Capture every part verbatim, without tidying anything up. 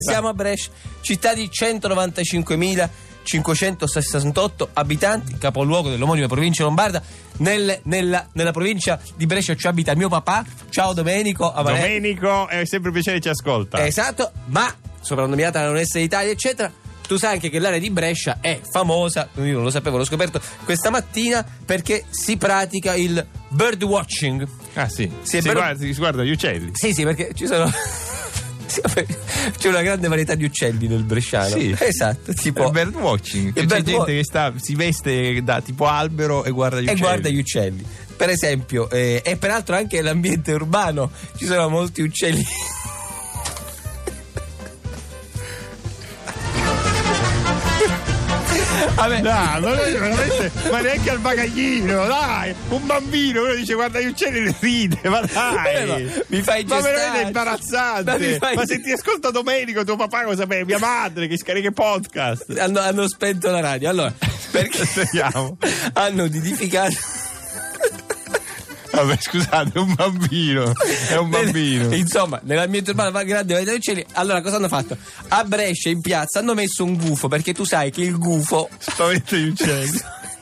Siamo a Brescia, città di centonovantacinquemilacinquecentosessantotto abitanti, capoluogo dell'omonima provincia lombarda. Nel, nella, nella provincia di Brescia ci abita mio papà. Ciao Domenico. Domenico, è sempre un piacere, ci ascolta. Esatto, ma soprannominata la nonnessa d'Italia, eccetera. Tu sai anche che l'area di Brescia è famosa, io non lo sapevo, l'ho scoperto questa mattina, perché si pratica il bird watching. Ah sì, si, si, bird... guarda, si guarda gli uccelli. Sì, sì, perché ci sono... c'è una grande varietà di uccelli nel bresciano. Sì, esatto, tipo il bird watching. C'è bird gente wa- che sta, si veste da tipo albero e guarda gli e uccelli. guarda gli uccelli. Per esempio, eh, e peraltro anche nell'ambiente urbano ci sono molti uccelli. Vabbè. No, non è veramente, ma neanche al bagaglino, dai, un bambino, uno dice guarda gli uccelli e ride, ma dai, eh, ma mi fai ma gestare. veramente imbarazzante, ma, fai... ma se ti ascolta Domenico, tuo papà cosa sapeva, mia madre che scarica i podcast, hanno, hanno spento la radio, allora, perché hanno nidificato. Vabbè, scusate, un bambino, è un bambino. Insomma, nell'ambiente urbano va grande varietà di uccelli. Allora, cosa hanno fatto? A Brescia, in piazza, hanno messo un gufo, perché tu sai che il gufo spaventa gli uccelli.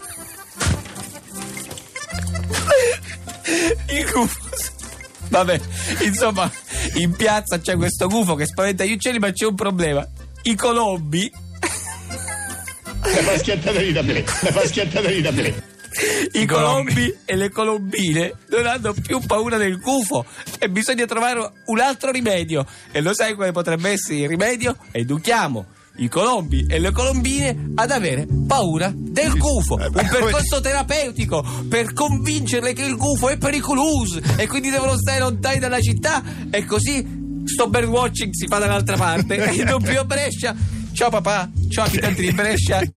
Il gufo. Vabbè, insomma, in piazza c'è questo gufo che spaventa gli uccelli, ma c'è un problema. I colombi. La fa schiattare da me, la fa schiattare da me. I colombi e le colombine non hanno più paura del gufo e bisogna trovare un altro rimedio. E lo sai quale potrebbe essere il rimedio? Educhiamo i colombi e le colombine ad avere paura del gufo. Un percorso terapeutico per convincerle che il gufo è pericoloso e quindi devono stare lontani dalla città, e così sto birdwatching si fa dall'altra parte e non più a Brescia. Ciao papà, ciao abitanti di Brescia.